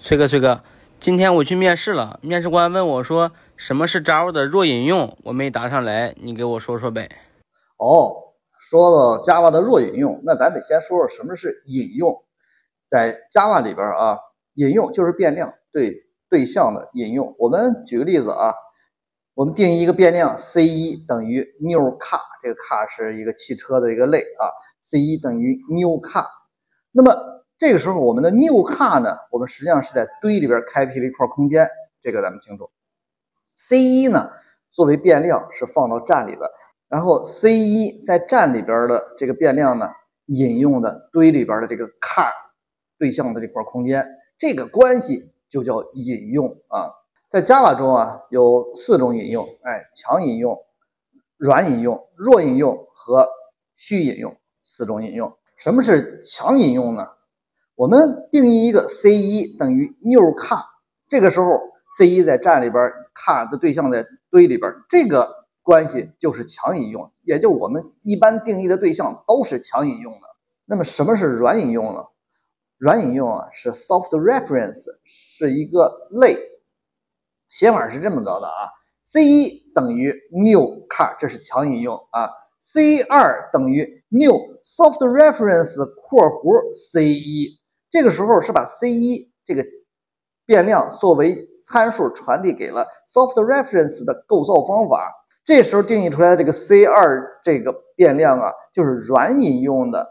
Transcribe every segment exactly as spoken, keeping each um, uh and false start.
崔哥，崔哥，今天我去面试了，面试官问我说什么是 Java 的弱引用，我没答上来，你给我说说呗。 哦，说到 Java 的弱引用，那咱得先说说什么是引用。在 Java 里边啊，引用就是变量对对象的引用。我们举个例子啊，我们定义一个变量 C 一 等于 new car， 这个 car 是一个汽车的一个类啊 ，C 一 等于 new car。那么这个时候我们的 new car 呢，我们实际上是在堆里边开辟了一块空间，这个咱们清楚。C 一 呢，作为变量是放到站里的，然后 C 一 在站里边的这个变量呢，引用的堆里边的这个 car 对象的这块空间，这个关系就叫引用啊。在 Java 中啊，有四种引用，哎，强引用、软引用、弱引用和虚引用四种引用。什么是强引用呢？我们定义一个 C 一 等于 new car， 这个时候 C 一 在站里边 car 的对象在堆里边，这个关系就是强引用，也就我们一般定义的对象都是强引用的。那么什么是软引用呢？软引用啊是 soft reference， 是一个类，写法是这么着的啊 ，C 一 等于 new car， 这是强引用啊 ，C 二 等于 new soft reference 括弧 C 一， 这个时候是把 C 一 这个变量作为参数传递给了 soft reference 的构造方法，这时候定义出来的这个 C 二 这个变量啊，就是软引用的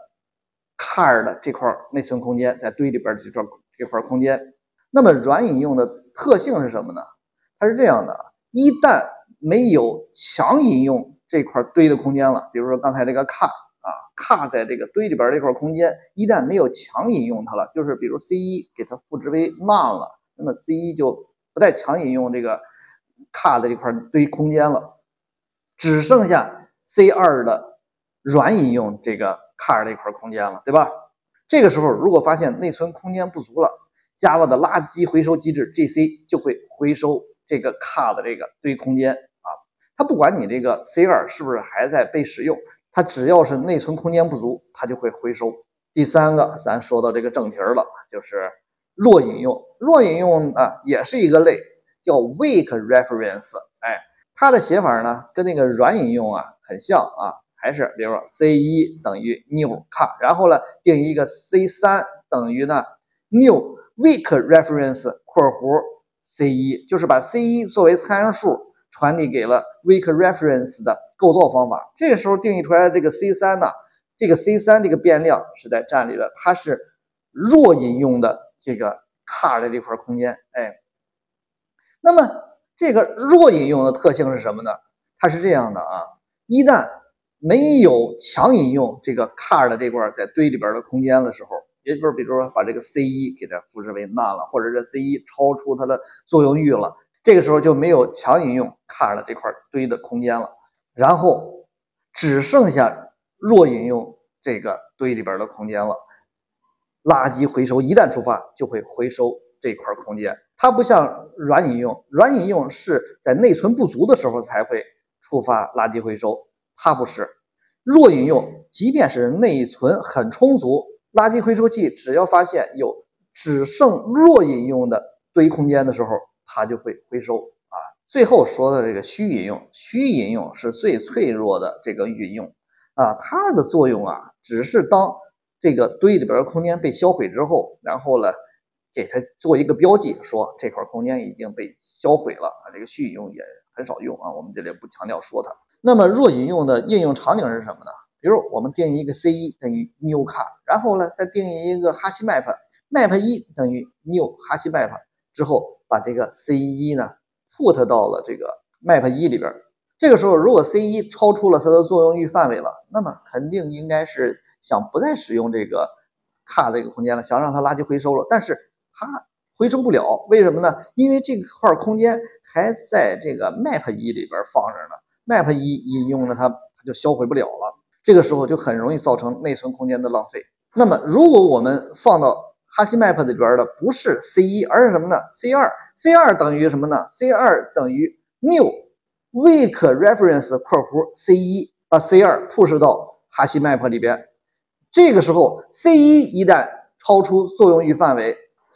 car 的这块内存空间，在堆里边这块这块空间。那么软引用的特性是什么呢？它是这样的，一旦没有强引用这块堆的空间了，比如说刚才这个 car 啊 ，car 在这个堆里边这块空间，一旦没有强引用它了，就是比如 C 一 给它赋值为 none 了，那么 C 一 就不再强引用这个 car 的这块堆空间了，只剩下 C 二 的软引用这个 car 这块空间了，对吧？这个时候如果发现内存空间不足了， Java 的垃圾回收机制 G C 就会回收这个 car 的这个堆空间啊，它不管你这个 C 二 是不是还在被使用，它只要是内存空间不足，它就会回收。第三个，咱说到这个正题了，就是弱引用。弱引用啊，也是一个类，叫 weak reference。哎，它的写法呢，跟那个软引用啊很像啊，还是比如说 C 一 等于 new car， 然后呢定义一个 C 三 等于呢 new weak reference 括弧 C 一， 就是把 C 一 作为参数传递给了 weak reference 的构造方法。这个时候定义出来的这个 C 三 呢，这个 C 三 这个变量是在站里的，它是弱引用的这个 car 的这块空间。哎，那么这个弱引用的特性是什么呢？它是这样的啊，一旦没有强引用这个 car 的这块在堆里边的空间的时候，也就是比如说把这个 C 一 给它赋值为 none 了，或者是 C 一 超出它的作用域了，这个时候就没有强引用 car 的这块堆的空间了，然后只剩下弱引用这个堆里边的空间了。垃圾回收一旦触发就会回收这块空间，它不像软引用，软引用是在内存不足的时候才会触发垃圾回收，它不是。弱引用即便是内存很充足，垃圾回收器只要发现有只剩弱引用的堆空间的时候，它就会回收啊。最后说的这个虚引用，虚引用是最脆弱的这个引用啊，它的作用啊，只是当这个堆里边的空间被销毁之后，然后呢给它做一个标记，说这块空间已经被销毁了啊。这个虚引用也很少用啊，我们这里不强调说它。那么弱引用的应用场景是什么呢？比如我们定义一个 C 一 等于 new car， 然后呢再定义一个哈希 map， map 一 等于 new 哈希 map 之后，把这个 C 一 呢 put 到了这个 map 一 里边。这个时候如果 C 一 超出了它的作用域范围了，那么肯定应该是想不再使用这个 car 这个空间了，想让它垃圾回收了，但是它回收不了，为什么呢？因为这块空间还在这个 map 一 里边放着呢， map 一 引用了它，它就销毁不了了，这个时候就很容易造成内存空间的浪费。那么如果我们放到哈希 map 里边的不是 C 一， 而是什么呢？ C 二， C 二 等于什么呢？ C 二 等于 new weak reference 括弧 C 一， 把 C 二 push 到哈希 map 里边，这个时候 C 一 一旦超出作用域范围，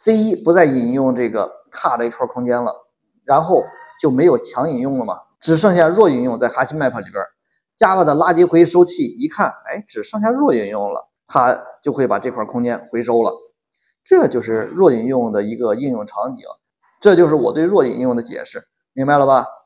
C 一 不再引用这个卡这一串空间了，然后就没有强引用了嘛，只剩下弱引用在 HashiMap 里边。Java 的垃圾回收器一看，哎，只剩下弱引用了，它就会把这块空间回收了。这就是弱引用的一个应用场景，这就是我对弱引用的解释，明白了吧？